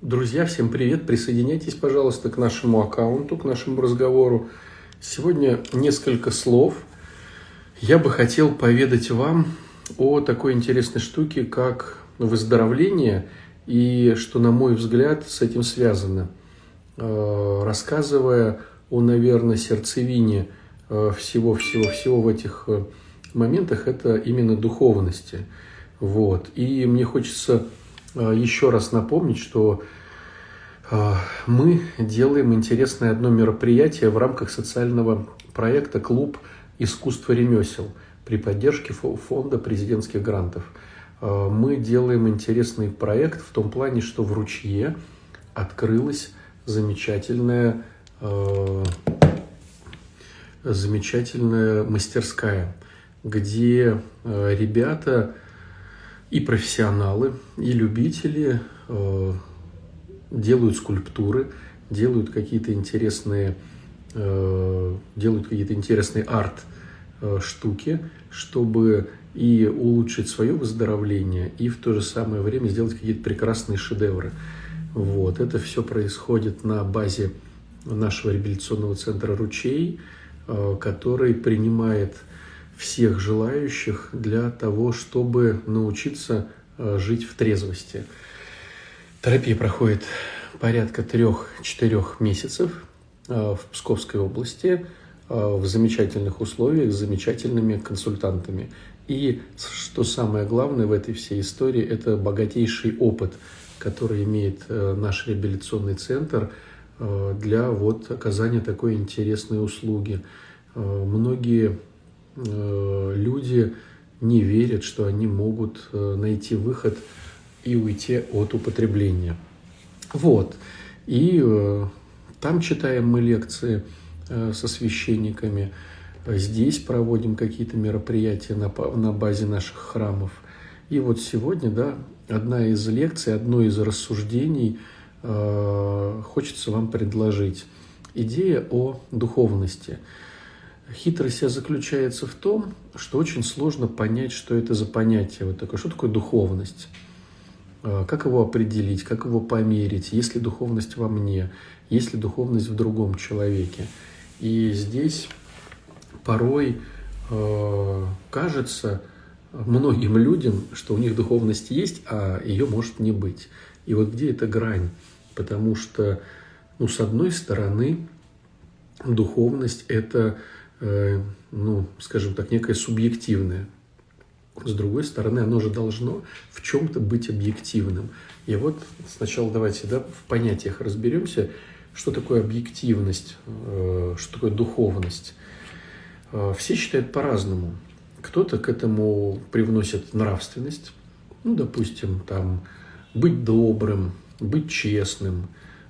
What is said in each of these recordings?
Друзья, всем привет! Присоединяйтесь, пожалуйста, к нашему аккаунту, к нашему разговору. Сегодня несколько слов. Я бы хотел поведать вам о такой интересной штуке, как выздоровление и что, на мой взгляд, с этим связано. Рассказывая о, наверное, сердцевине всего в этих моментах, это именно духовности. И мне хочется еще раз напомнить, что мы делаем интересное одно мероприятие в рамках социального проекта «Клуб искусства ремесел» при поддержке фонда президентских грантов. Мы делаем интересный проект в том плане, что в Ручье открылась замечательная мастерская, где ребята и профессионалы, и любители делают скульптуры, делают какие-то интересные арт-штуки, чтобы и улучшить свое выздоровление, и в то же самое время сделать какие-то прекрасные шедевры. Это все происходит на базе нашего реабилитационного центра «Ручей», который принимает всех желающих для того, чтобы научиться жить в трезвости. Терапия проходит порядка 3-4 месяцев в Псковской области в замечательных условиях с замечательными консультантами. И что самое главное в этой всей истории, это богатейший опыт, который имеет наш реабилитационный центр для оказания такой интересной услуги. Многие люди не верят, что они могут найти выход и уйти от употребления. И там читаем мы лекции со священниками, здесь проводим какие-то мероприятия на базе наших храмов. И сегодня, одна из лекций, одно из рассуждений хочется вам предложить. Идея о духовности. Хитрость заключается в том, что очень сложно понять, что это за понятие. Что такое духовность? Как его определить, как его померить? Есть ли духовность во мне? Есть ли духовность в другом человеке? И здесь порой кажется многим людям, что у них духовность есть, а ее может не быть. И где эта грань? Потому что, с одной стороны, духовность – это некое субъективное. С другой стороны, оно же должно в чем-то быть объективным. И сначала давайте в понятиях разберемся, что такое объективность, что такое духовность. Все считают по-разному. Кто-то к этому привносит нравственность, допустим, быть добрым, быть честным,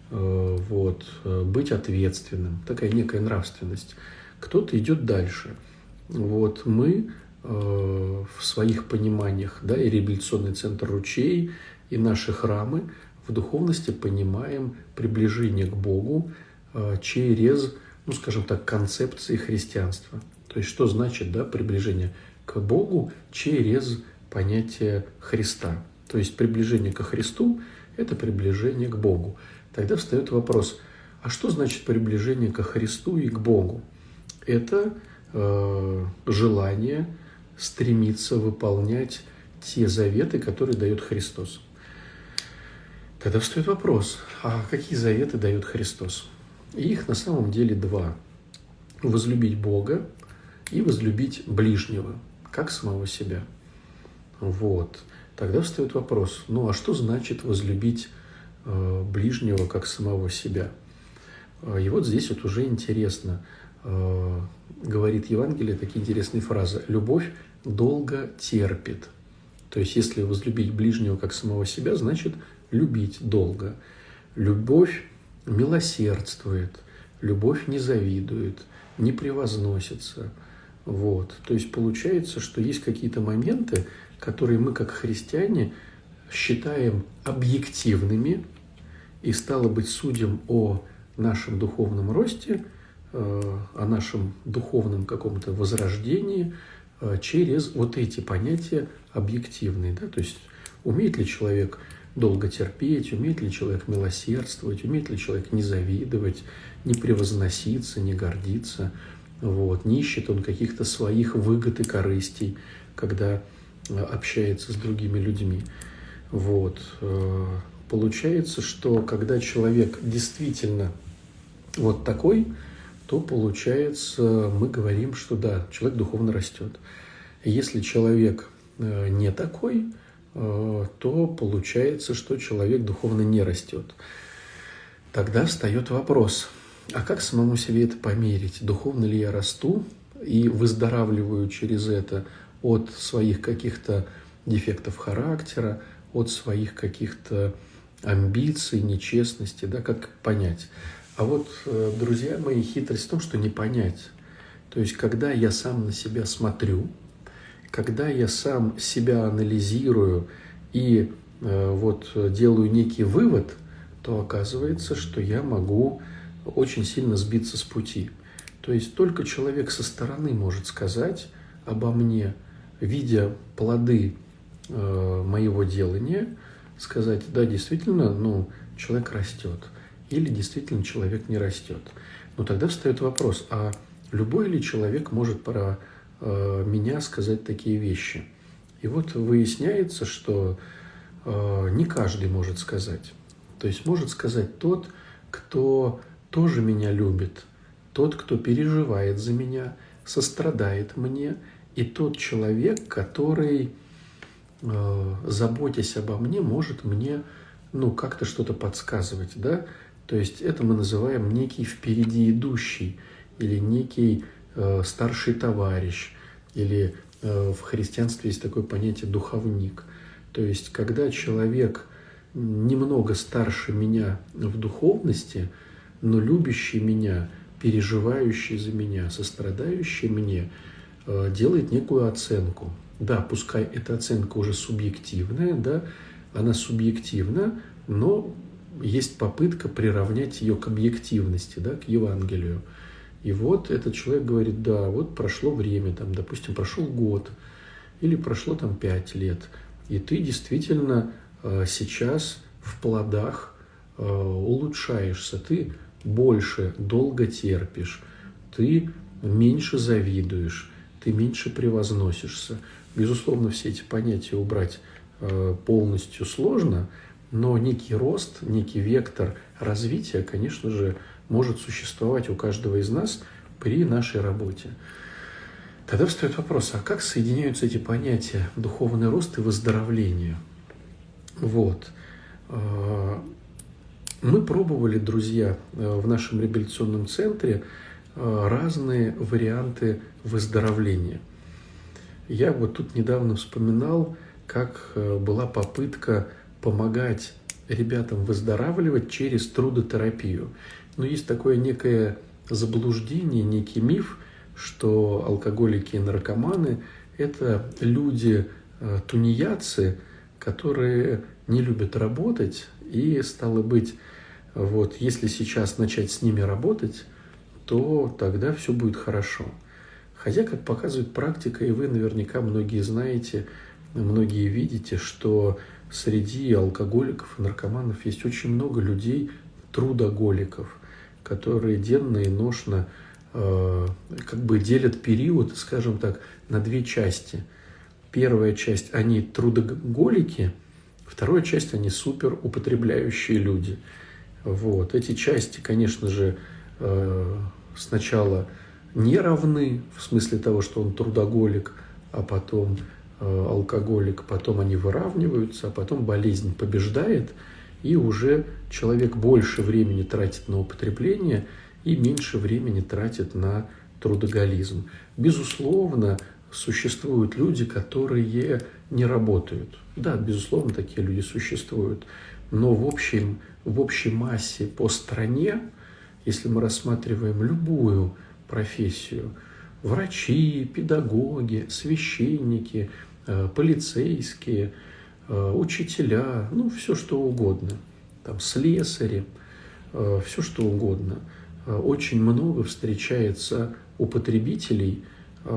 быть ответственным, такая некая нравственность. Кто-то идет дальше. Мы в своих пониманиях, и реабилитационный центр «Ручей», и наши храмы в духовности понимаем приближение к Богу через, концепции христианства. То есть, что значит, приближение к Богу через понятие Христа. То есть, приближение ко Христу – это приближение к Богу. Тогда встает вопрос, а что значит приближение ко Христу и к Богу? Это желание стремиться выполнять те заветы, которые дает Христос. Тогда встает вопрос, а какие заветы дает Христос? И их на самом деле 2. Возлюбить Бога и возлюбить ближнего, как самого себя. Тогда встает вопрос, а что значит возлюбить ближнего, как самого себя? И здесь уже интересно. Говорит Евангелие такие интересные фразы. Любовь долго терпит. То есть, если возлюбить ближнего как самого себя, значит любить долго. Любовь милосердствует, любовь не завидует, не превозносится. То есть, получается, что есть какие-то моменты, которые мы, как христиане, считаем объективными и, стало быть, судим о нашем духовном росте, о нашем духовном каком-то возрождении через эти понятия объективные. То есть, умеет ли человек долго терпеть, умеет ли человек милосердствовать, умеет ли человек не завидовать, не превозноситься, не гордиться. Вот. Не ищет он каких-то своих выгод и корыстей, когда общается с другими людьми. Вот. Получается, что когда человек действительно вот такой, то получается, мы говорим, что да, человек духовно растет. Если человек не такой, то получается, что человек духовно не растет. Тогда встает вопрос, а как самому себе это померить? Духовно ли я расту и выздоравливаю через это от своих каких-то дефектов характера, от своих каких-то амбиций, нечестности, да, как понять? А вот, друзья мои, хитрость в том, что не понять. То есть, когда я сам на себя смотрю, когда я сам себя анализирую и вот делаю некий вывод, то оказывается, что я могу очень сильно сбиться с пути. То есть только человек со стороны может сказать обо мне, видя плоды моего делания, сказать, да, действительно, человек растет, или действительно человек не растет. Но тогда встает вопрос, а любой ли человек может про меня сказать такие вещи? И вот выясняется, что не каждый может сказать. То есть может сказать тот, кто тоже меня любит, тот, кто переживает за меня, сострадает мне, и тот человек, который, заботясь обо мне, может мне как-то что-то подсказывать, да? То есть это мы называем некий впереди идущий или некий старший товарищ, или в христианстве есть такое понятие духовник. То есть когда человек немного старше меня в духовности, но любящий меня, переживающий за меня, сострадающий мне, делает некую оценку. Да, пускай эта оценка уже субъективная, да, она субъективна, но есть попытка приравнять ее к объективности, да, к Евангелию. И вот этот человек говорит, да, вот прошло время, допустим, прошел год или прошло 5 лет, и ты действительно сейчас в плодах улучшаешься, ты больше долго терпишь, ты меньше завидуешь, ты меньше превозносишься. Безусловно, все эти понятия убрать полностью сложно, но некий рост, некий вектор развития, конечно же, может существовать у каждого из нас при нашей работе. Тогда встает вопрос, а как соединяются эти понятия духовный рост и выздоровление? Вот. Мы пробовали, друзья, в нашем реабилитационном центре разные варианты выздоровления. Я вот тут недавно вспоминал, как была попытка помогать ребятам выздоравливать через трудотерапию. Но есть такое некое заблуждение, некий миф, что алкоголики и наркоманы – это люди тунеядцы, которые не любят работать, и, стало быть, вот, если сейчас начать с ними работать, то тогда все будет хорошо. Хотя, как показывает практика, и вы наверняка многие знаете, многие видите, что среди алкоголиков и наркоманов есть очень много людей, трудоголиков, которые денно и ношно делят период, скажем так, на 2 части. Первая часть – они трудоголики, вторая часть – они суперупотребляющие люди. Вот. Эти части, конечно же, сначала не равны, в смысле того, что он трудоголик, а потом алкоголик, потом они выравниваются, а потом болезнь побеждает, и уже человек больше времени тратит на употребление и меньше времени тратит на трудоголизм. Безусловно, существуют люди, которые не работают. Да, безусловно, такие люди существуют. Но в общей массе по стране, если мы рассматриваем любую профессию, врачи, педагоги, священники, полицейские, учителя, все что угодно, слесари, все что угодно. Очень много встречается употребителей,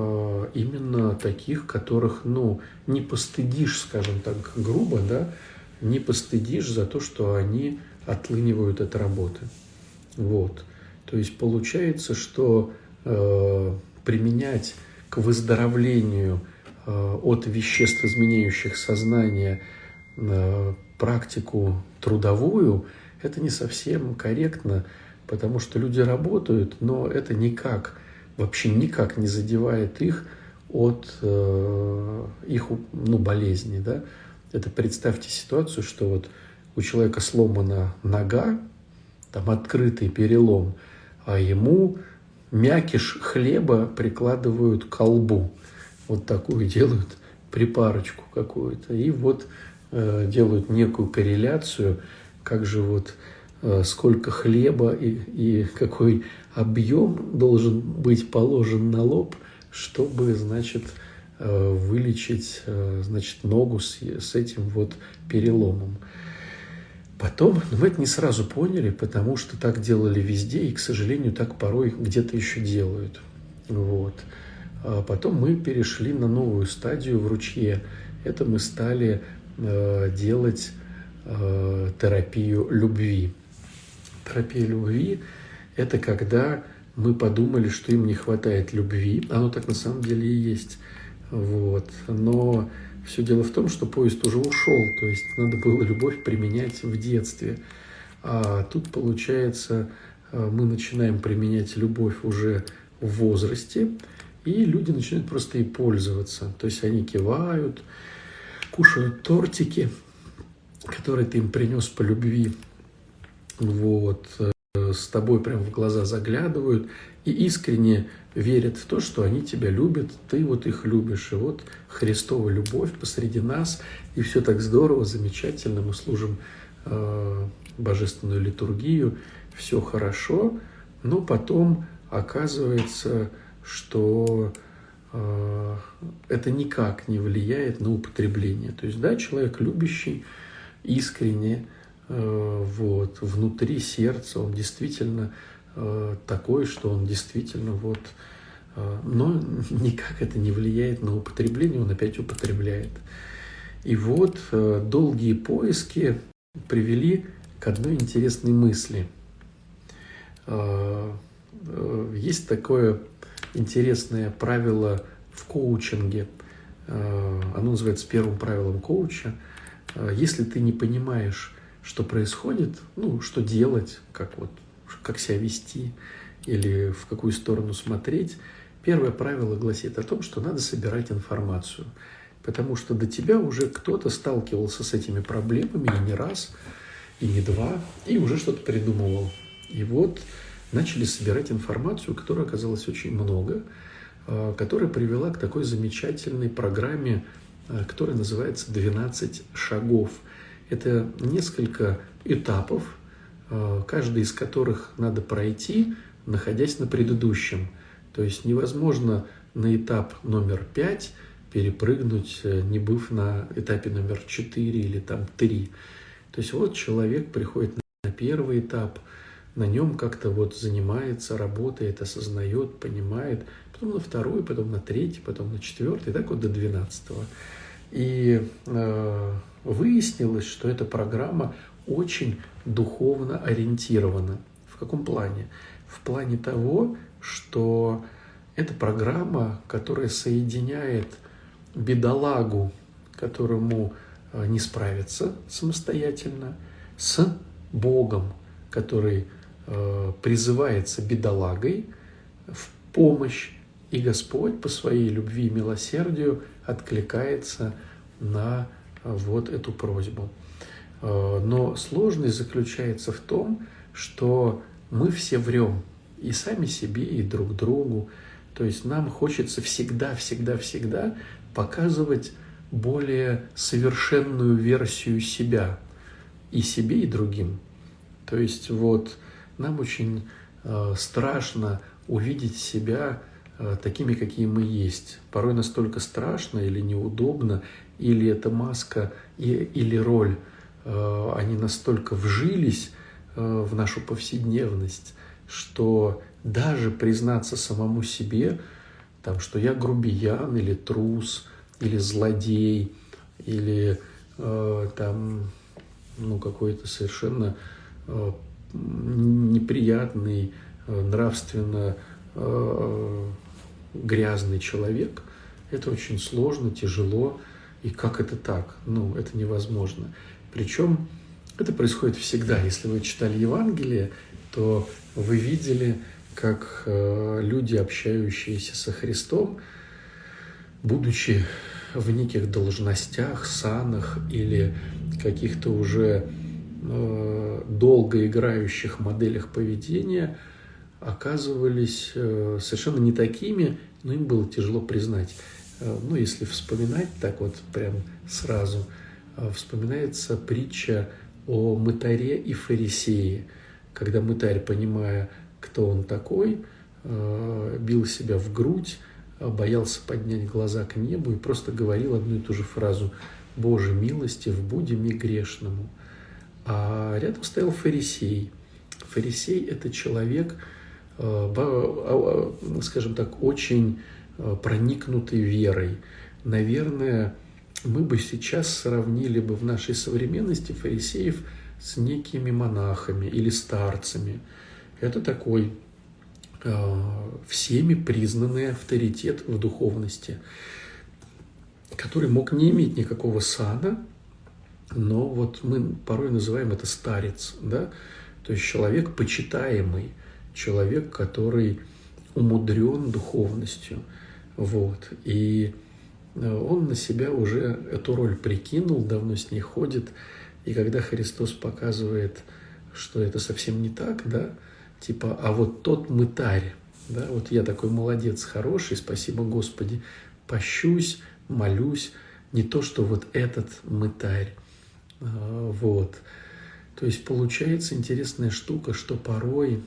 именно таких, которых, не постыдишь, скажем так, грубо, да, не постыдишь за то, что они отлынивают от работы. Вот. То есть получается, что применять к выздоровлению от веществ, изменяющих сознание, практику трудовую, это не совсем корректно, потому что люди работают, но это вообще никак не задевает их от их болезни. Да? Это представьте ситуацию, что вот у человека сломана нога, там открытый перелом, а ему мякиш хлеба прикладывают к колбу. Вот такую делают припарочку какую-то. И вот делают некую корреляцию, как же вот сколько хлеба и какой объем должен быть положен на лоб, чтобы, значит, вылечить, значит, ногу с этим вот переломом. Потом, мы это не сразу поняли, потому что так делали везде, и, к сожалению, так порой где-то еще делают. Вот. А потом мы перешли на новую стадию в ручье. Это мы стали делать терапию любви. Терапия любви – это когда мы подумали, что им не хватает любви. Оно так на самом деле и есть. Вот. Но все дело в том, что поезд уже ушел, то есть надо было любовь применять в детстве. А тут, получается, мы начинаем применять любовь уже в возрасте, и люди начинают просто ей пользоваться. То есть они кивают, кушают тортики, которые ты им принес по любви. Вот. С тобой прям в глаза заглядывают и искренне верят в то, что они тебя любят, ты вот их любишь. И вот Христова любовь посреди нас, и все так здорово, замечательно, мы служим божественную литургию, все хорошо, но потом оказывается, что это никак не влияет на употребление. То есть, да, человек любящий, искренне, вот, внутри сердца, он действительно такой, что он действительно вот, но никак это не влияет на употребление, он опять употребляет. И вот долгие поиски привели к одной интересной мысли. Есть такое интересное правило в коучинге, оно называется первым правилом коуча. Если ты не понимаешь, что происходит, что делать, как себя вести или в какую сторону смотреть, первое правило гласит о том, что надо собирать информацию, потому что до тебя уже кто-то сталкивался с этими проблемами и не раз, и не два, и уже что-то придумывал. И вот начали собирать информацию, которой оказалось очень много, которая привела к такой замечательной программе, которая называется «12 шагов». Это несколько этапов, каждый из которых надо пройти, находясь на предыдущем. То есть невозможно на этап номер 5 перепрыгнуть, не быв на этапе номер 4 или там 3. То есть вот человек приходит на первый этап, на нем как-то вот занимается, работает, осознает, понимает, потом на второй, потом на третий, потом на четвертый, так вот до 12-го. И выяснилось, что эта программа очень духовно ориентирована. В каком плане? В плане того, что это программа, которая соединяет бедолагу, которому не справиться самостоятельно, с Богом, который призывается бедолагой в помощь, и Господь по своей любви и милосердию откликается на вот эту просьбу. Но сложность заключается в том, что мы все врем и сами себе, и друг другу. То есть нам хочется всегда показывать более совершенную версию себя и себе, и другим. То есть вот нам очень страшно увидеть себя такими, какие мы есть. Порой настолько страшно или неудобно, или эта маска, или роль, они настолько вжились в нашу повседневность, что даже признаться самому себе, там, что я грубиян, или трус, или злодей, или там, какой-то совершенно неприятный, нравственно грязный человек, это очень сложно, тяжело. И как это так? Это невозможно. Причем это происходит всегда. Если вы читали Евангелие, то вы видели, как люди, общающиеся со Христом, будучи в неких должностях, санах или каких-то уже долго играющих моделях поведения, оказывались совершенно не такими, но им было тяжело признать. Если вспоминать так вот прям сразу, вспоминается притча о мытаре и фарисее, когда мытарь, понимая, кто он такой, бил себя в грудь, боялся поднять глаза к небу и просто говорил одну и ту же фразу: «Боже, милостив, буди мне грешному». А рядом стоял фарисей. Фарисей – это человек, скажем так, очень проникнутый верой. Наверное, мы бы сейчас сравнили бы в нашей современности фарисеев с некими монахами или старцами. Это такой всеми признанный авторитет в духовности, который мог не иметь никакого сана, но вот мы порой называем это старец, да? То есть человек почитаемый, человек, который умудрен духовностью. Вот. И он на себя уже эту роль прикинул, давно с ней ходит. И когда Христос показывает, что это совсем не так, да, типа, а вот тот мытарь, да, вот я такой молодец, хороший, спасибо Господи, пощусь, молюсь, не то, что вот этот мытарь. Вот. То есть получается интересная штука, что порой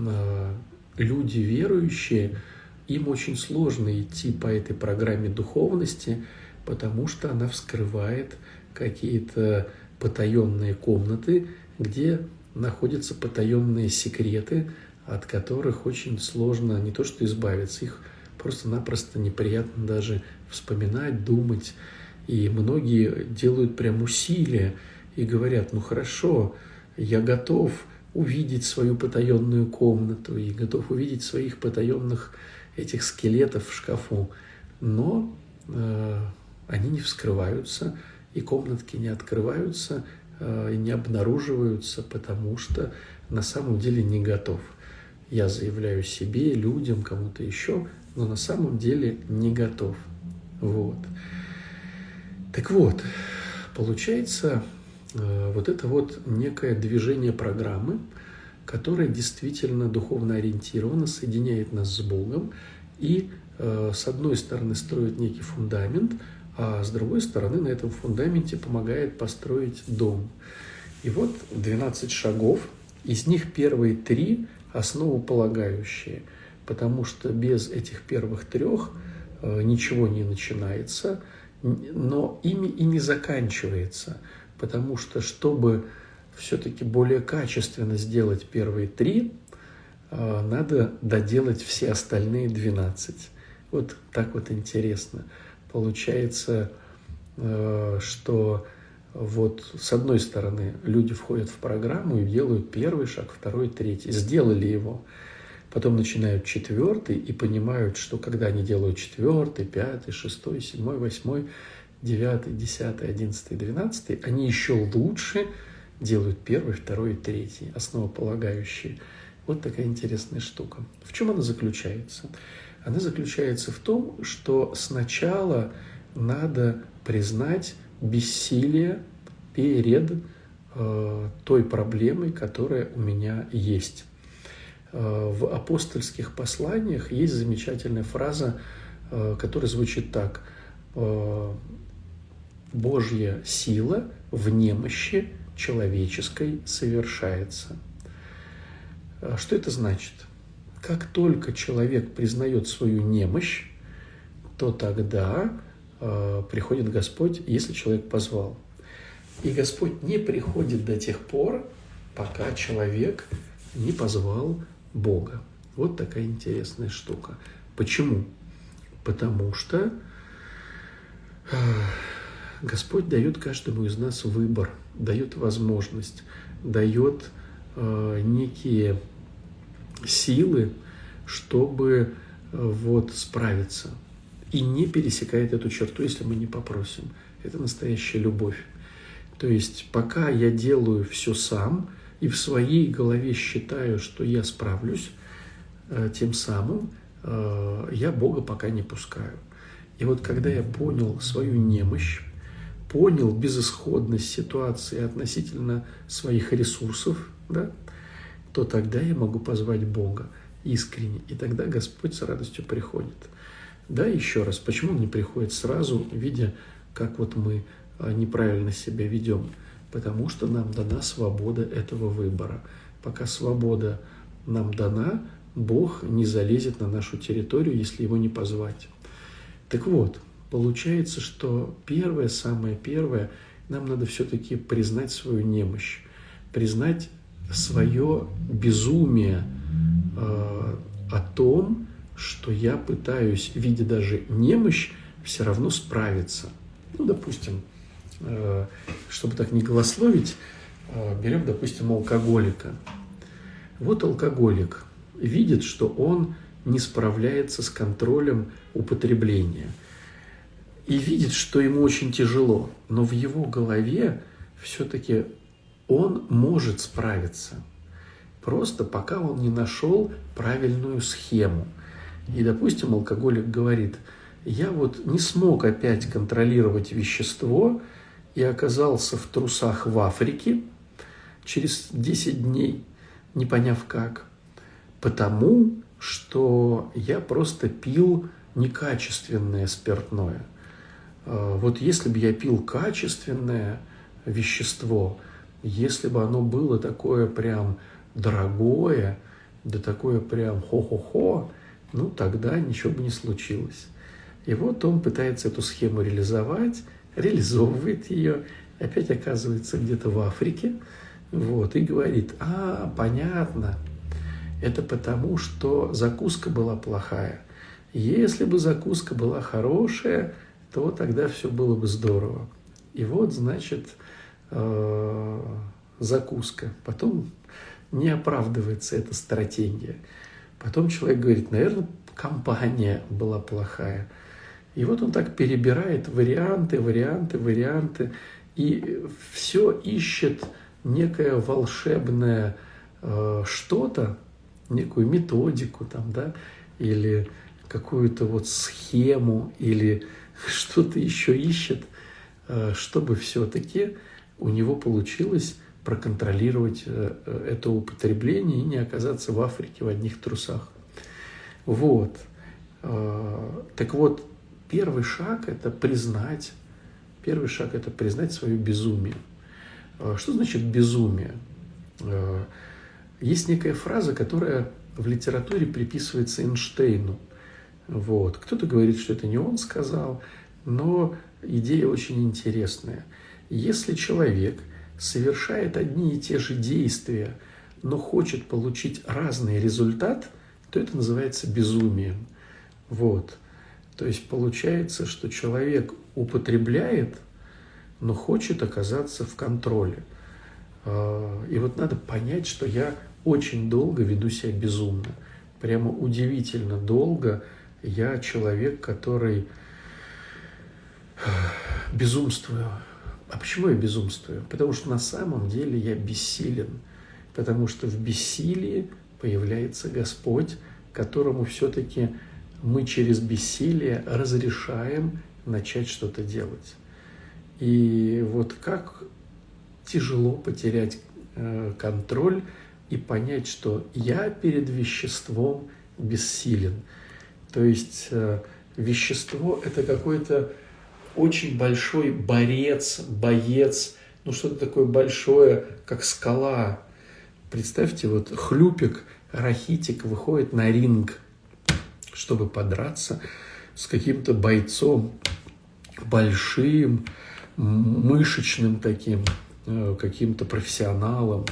люди верующие, им очень сложно идти по этой программе духовности, потому что она вскрывает какие-то потаенные комнаты, где находятся потаенные секреты, от которых очень сложно не то что избавиться, их просто-напросто неприятно даже вспоминать, думать. И многие делают прям усилия и говорят: хорошо, я готов увидеть свою потаенную комнату и готов увидеть своих потаенных этих скелетов в шкафу, но они не вскрываются, и комнатки не открываются, и не обнаруживаются, потому что на самом деле не готов. Я заявляю себе, людям, кому-то еще, но на самом деле не готов. Вот. Так вот, получается, вот это вот некое движение программы, которая действительно духовно ориентирована, соединяет нас с Богом и, с одной стороны, строит некий фундамент, а с другой стороны, на этом фундаменте помогает построить дом. И вот 12 шагов, из них первые 3 основополагающие, потому что без этих первых 3 ничего не начинается, но ими и не заканчивается, потому что, чтобы все-таки более качественно сделать первые 3, надо доделать все остальные 12. Вот так вот интересно. Получается, что вот с одной стороны люди входят в программу и делают первый шаг, второй, третий, сделали его. Потом начинают 4 и понимают, что когда они делают 4, 5, 6, 7, 8, 9, 10, 11, 12, они еще лучше делают 1, 2 и 3, основополагающие. Вот такая интересная штука. В чем она заключается? Она заключается в том, что сначала надо признать бессилие перед той проблемой, которая у меня есть. В апостольских посланиях есть замечательная фраза, которая звучит так: «Божья сила в немощи человеческой совершается». Что это значит? Как только человек признает свою немощь, то тогда приходит Господь, если человек позвал. И Господь не приходит до тех пор, пока человек не позвал Бога. Вот такая интересная штука. Почему? Потому что Господь дает каждому из нас выбор, дает возможность, дает некие силы, чтобы справиться. И не пересекает эту черту, если мы не попросим. Это настоящая любовь. То есть пока я делаю все сам и в своей голове считаю, что я справлюсь, тем самым я Бога пока не пускаю. И вот когда я понял свою немощь, понял безысходность ситуации относительно своих ресурсов, да, то тогда я могу позвать Бога искренне, и тогда Господь с радостью приходит. Да, еще раз, почему Он не приходит сразу, видя, как мы неправильно себя ведем? Потому что нам дана свобода этого выбора. Пока свобода нам дана, Бог не залезет на нашу территорию, если Его не позвать. Так вот, получается, что самое первое, нам надо все-таки признать свою немощь, признать свое безумие о том, что я пытаюсь, видя даже немощь, все равно справиться. Допустим, чтобы так не голословить, берем, допустим, алкоголика. Вот алкоголик видит, что он не справляется с контролем употребления. И видит, что ему очень тяжело, но в его голове все-таки он может справиться. Просто пока он не нашел правильную схему. И, допустим, алкоголик говорит: я не смог опять контролировать вещество и оказался в трусах в Африке через 10 дней, не поняв как, потому что я просто пил некачественное спиртное. Если бы я пил качественное вещество, если бы оно было такое прям дорогое, да такое прям хо-хо-хо, тогда ничего бы не случилось. И он пытается эту схему реализовать, реализовывает ее, опять оказывается где-то в Африке, и говорит: понятно, это потому, что закуска была плохая. Если бы закуска была хорошая, то тогда все было бы здорово. И значит, закуска. Потом не оправдывается эта стратегия. Потом человек говорит: наверное, компания была плохая. И он так перебирает варианты, и все ищет некое волшебное что-то, некую методику или какую-то схему, или что-то еще ищет, чтобы все-таки у него получилось проконтролировать это употребление и не оказаться в Африке в одних трусах. Так первый шаг – это признать свое безумие. Что значит безумие? Есть некая фраза, которая в литературе приписывается Эйнштейну. Кто-то говорит, что это не он сказал, но идея очень интересная. Если человек совершает одни и те же действия, но хочет получить разный результат, то это называется безумием. То есть получается, что человек употребляет, но хочет оказаться в контроле. И надо понять, что я очень долго веду себя безумно. Прямо удивительно долго я человек, который безумствую. А почему я безумствую? Потому что на самом деле я бессилен. Потому что в бессилии появляется Господь, которому все-таки мы через бессилие разрешаем начать что-то делать. И как тяжело потерять контроль и понять, что я перед веществом бессилен. То есть вещество – это какой-то очень большой боец, что-то такое большое, как скала. Представьте, хлюпик, рахитик выходит на ринг, чтобы подраться с каким-то бойцом большим, мышечным таким, каким-то профессионалом.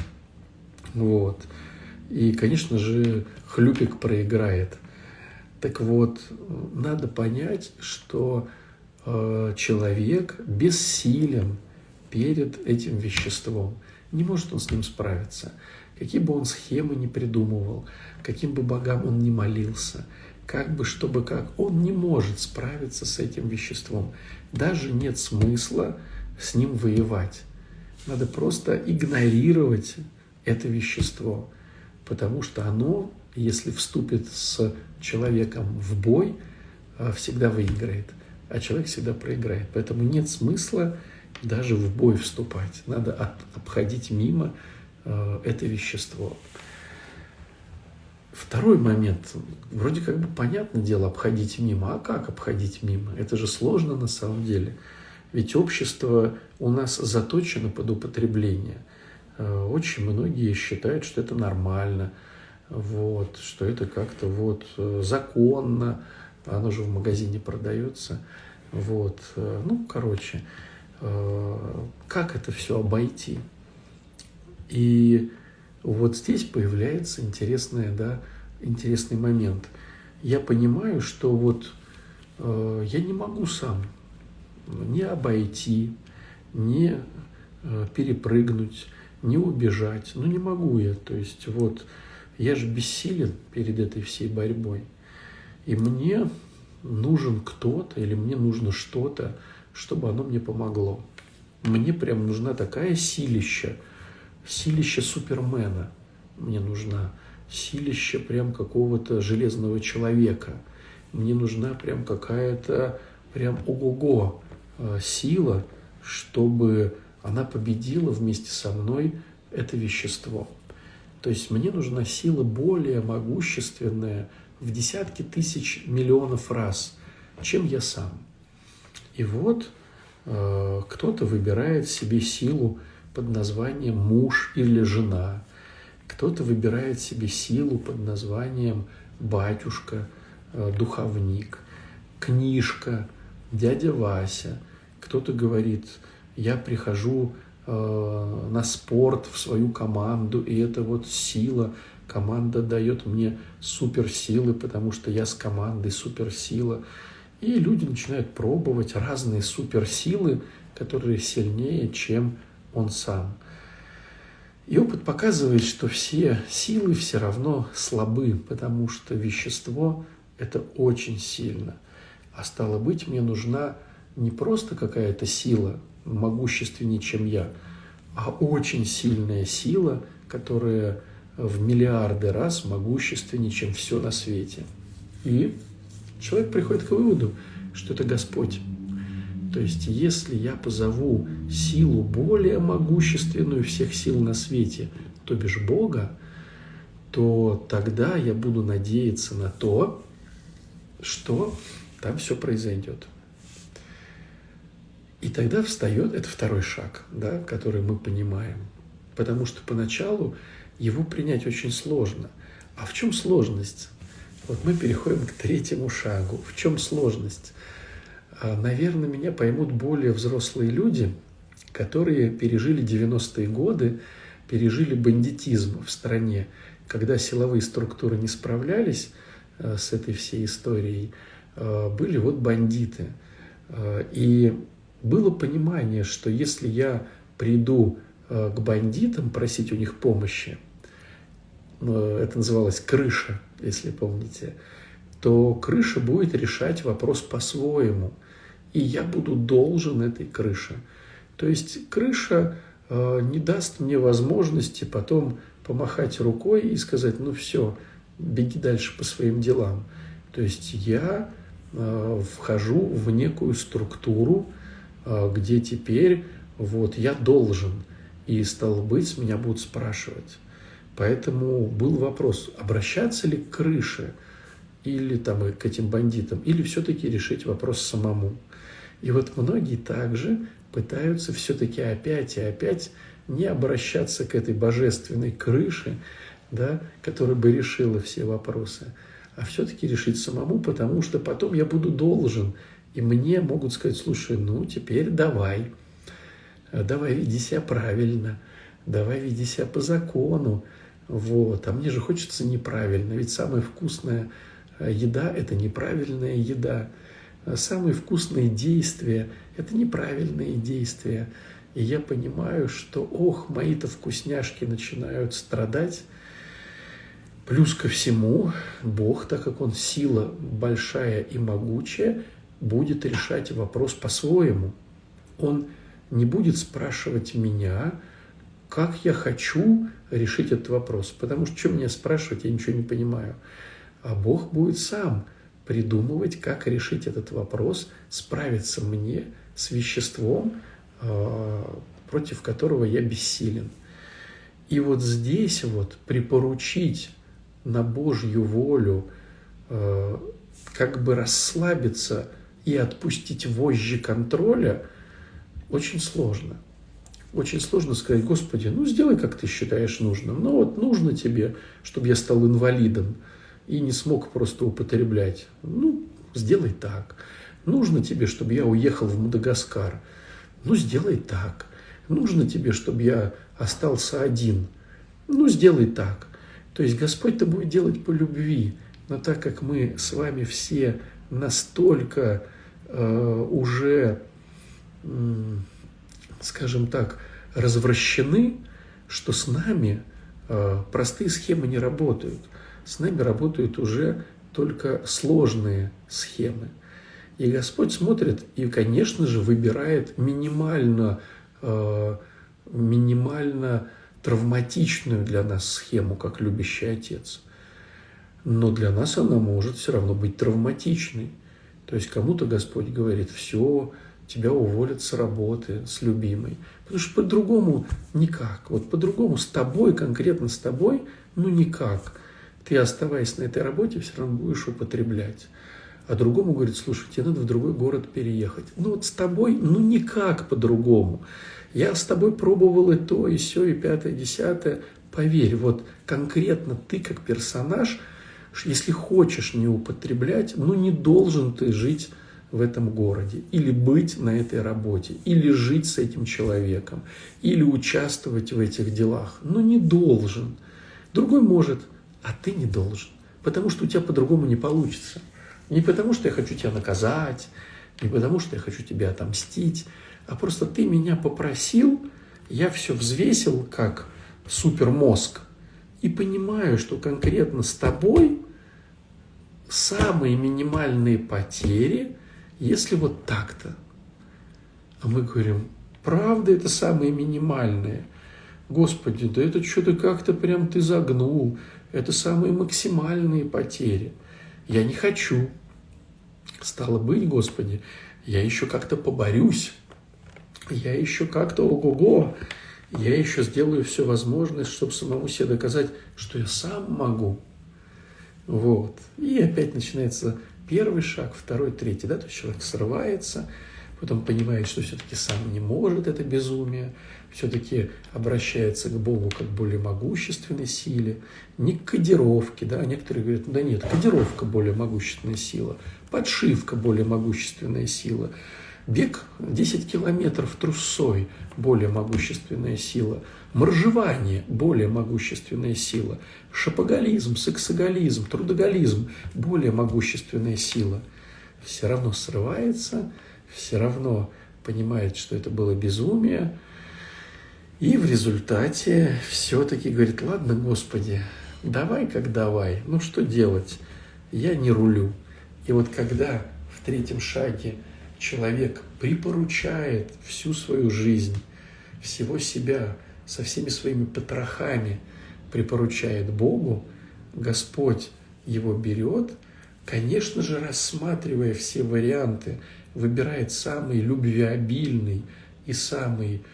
И, конечно же, хлюпик проиграет. Так надо понять, что человек бессилен перед этим веществом. Не может он с ним справиться. Какие бы он схемы ни придумывал, каким бы богам он ни молился, как бы, чтобы как, он не может справиться с этим веществом. Даже нет смысла с ним воевать. Надо просто игнорировать это вещество, потому что оно, если вступит с человеком в бой, всегда выиграет, а человек всегда проиграет. Поэтому нет смысла даже в бой вступать. Надо обходить мимо это вещество. Второй момент. Вроде как бы понятное дело обходить мимо. А как обходить мимо? Это же сложно на самом деле. Ведь общество у нас заточено под употребление. Очень многие считают, что это нормально, вот, что это как-то вот законно, оно же в магазине продается. Вот. Ну, короче, как это все обойти? И вот здесь появляется интересный момент. Я понимаю, что вот я не могу сам не обойти, не перепрыгнуть, не убежать. Ну, не могу я. То есть вот я же бессилен перед этой всей борьбой. И мне нужен кто-то или мне нужно что-то, чтобы оно мне помогло. Мне прям нужна такая силища Супермена. Мне нужна силища прям какого-то железного человека. Мне нужна прям какая-то прям ого-го сила, чтобы она победила вместе со мной это вещество. То есть мне нужна сила более могущественная в десятки тысяч миллионов раз, чем я сам. И вот кто-то выбирает себе силу под названием муж или жена, кто-то выбирает себе силу под названием батюшка, духовник, книжка, дядя Вася. Кто-то говорит, я прихожу на спорт в свою команду, и это вот сила, команда дает мне суперсилы, потому что я с командой суперсила. И люди начинают пробовать разные суперсилы, которые сильнее, чем он сам. И опыт показывает, что все силы все равно слабы, потому что вещество – это очень сильно. А стало быть, мне нужна не просто какая-то сила, могущественнее, чем я, а очень сильная сила, которая в миллиарды раз могущественнее, чем все на свете. И человек приходит к выводу, что это Господь. То есть, если я позову силу более могущественную всех сил на свете, то бишь Бога, то тогда я буду надеяться на то, что там все произойдет. И тогда встает, это второй шаг, да, который мы понимаем. Потому что поначалу его принять очень сложно. А в чем сложность? Вот мы переходим к третьему шагу. В чем сложность? Наверное, меня поймут более взрослые люди, которые пережили 90-е годы, пережили бандитизм в стране, когда силовые структуры не справлялись с этой всей историей, были вот бандиты. И было понимание, что если я приду к бандитам просить у них помощи, это называлось крыша, если помните, то крыша будет решать вопрос по-своему, и я буду должен этой крыше. То есть крыша не даст мне возможности потом помахать рукой и сказать, ну все, беги дальше по своим делам. То есть я вхожу в некую структуру, где теперь вот я должен, и стало быть, с меня будут спрашивать. Поэтому был вопрос, обращаться ли к крыше или там, к этим бандитам, или все-таки решить вопрос самому. И вот многие также пытаются все-таки опять и опять не обращаться к этой божественной крыше, да, которая бы решила все вопросы, а все-таки решить самому, потому что потом я буду должен, и мне могут сказать, слушай, ну теперь давай веди себя правильно, давай веди себя по закону, вот, а мне же хочется неправильно, ведь самая вкусная еда – это неправильная еда, самые вкусные действия – это неправильные действия. И я понимаю, что, мои-то вкусняшки начинают страдать. Плюс ко всему, Бог, так как Он сила большая и могучая, будет решать вопрос по-своему. Он не будет спрашивать меня, как я хочу решить этот вопрос. Потому что, что меня спрашивать, я ничего не понимаю. А Бог будет сам придумывать, как решить этот вопрос, справиться мне с веществом, против которого я бессилен. И вот здесь вот припоручить на Божью волю, как бы расслабиться и отпустить вожжи контроля, очень сложно. Очень сложно сказать: Господи, сделай, как ты считаешь нужным. Нужно тебе, чтобы я стал инвалидом и не смог просто употреблять. Сделай так. Нужно тебе, чтобы я уехал в Мадагаскар. Сделай так. Нужно тебе, чтобы я остался один. Сделай так. То есть Господь-то будет делать по любви. Но так как мы с вами все настолько уже, скажем так, развращены, что с нами простые схемы не работают. С нами работают уже только сложные схемы. И Господь смотрит и, конечно же, выбирает минимально травматичную для нас схему, как любящий отец. Но для нас она может все равно быть травматичной. То есть кому-то Господь говорит: все, тебя уволят с работы, с любимой. Потому что по-другому никак. Вот по-другому с тобой, конкретно с тобой, никак. Ты, оставаясь на этой работе, все равно будешь употреблять. А другому говорит: слушай, тебе надо в другой город переехать. С тобой, никак по-другому. Я с тобой пробовал и то, и сё, и пятое, и десятое. Поверь, вот конкретно ты как персонаж, если хочешь не употреблять, не должен ты жить в этом городе, или быть на этой работе, или жить с этим человеком, или участвовать в этих делах. Не должен. Другой может, а ты не должен. Потому что у тебя по-другому не получится. Не потому, что я хочу тебя наказать, не потому, что я хочу тебя отомстить, а просто ты меня попросил, я все взвесил как супермозг и понимаю, что конкретно с тобой самые минимальные потери, если вот так-то. А мы говорим: правда, это самые минимальные? Господи, да это что-то как-то прям ты загнул. Это самые максимальные потери. Я не хочу. Стало быть, Господи, я еще как-то поборюсь. Я еще как-то ого-го. Я еще сделаю все возможное, чтобы самому себе доказать, что я сам могу. Вот. И опять начинается первый шаг, второй, третий. То есть человек срывается, потом понимает, что все-таки сам не может, это безумие, все-таки обращается к Богу как к более могущественной силе, не к кодировке, некоторые говорят: да нет, кодировка более могущественная сила, подшивка более могущественная сила, бег 10 километров трусой более могущественная сила, моржевание более могущественная сила, шопоголизм, сексоголизм, трудоголизм более могущественная сила. Все равно срывается, все равно понимает, что это было безумие, и в результате все-таки говорит: ладно, Господи, давай как давай, что делать, я не рулю. И вот когда в третьем шаге человек припоручает всю свою жизнь, всего себя, со всеми своими потрохами припоручает Богу, Господь его берет, конечно же, рассматривая все варианты, выбирает самый любвеобильный и самый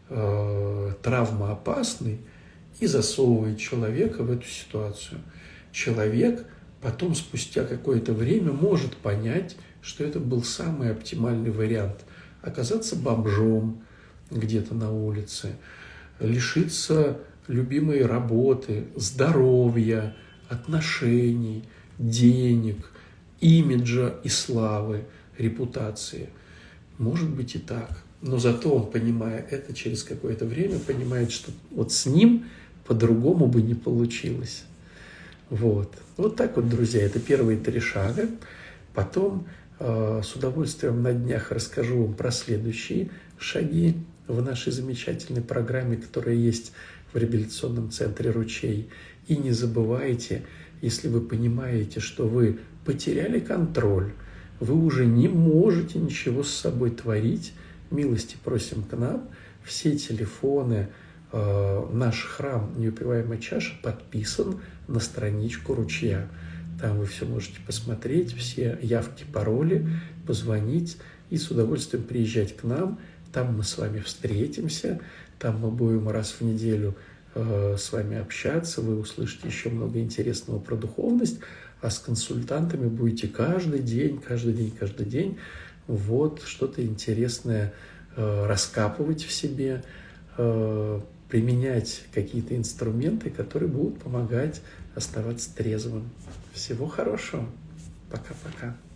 травмоопасный и засовывает человека в эту ситуацию. Человек потом, спустя какое-то время, может понять, что это был самый оптимальный вариант. Оказаться бомжом где-то на улице, лишиться любимой работы, здоровья, отношений, денег, имиджа и славы, репутации. Может быть и так. Но зато он, понимая это, через какое-то время понимает, что вот с ним по-другому бы не получилось. Вот так вот, друзья, это первые 3 шага. Потом С удовольствием на днях расскажу вам про следующие шаги в нашей замечательной программе, которая есть в реабилитационном центре «Ручей». И не забывайте, если вы понимаете, что вы потеряли контроль, вы уже не можете ничего с собой творить, милости просим к нам. Все телефоны, наш храм «Неупиваемая чаша» подписан на страничку «Ручья». Там вы все можете посмотреть, все явки, пароли, позвонить и с удовольствием приезжать к нам. Там мы с вами встретимся, там мы будем раз в неделю с вами общаться, вы услышите еще много интересного про духовность, а с консультантами будете каждый день, вот что-то интересное раскапывать в себе, применять какие-то инструменты, которые будут помогать оставаться трезвым. Всего хорошего. Пока-пока.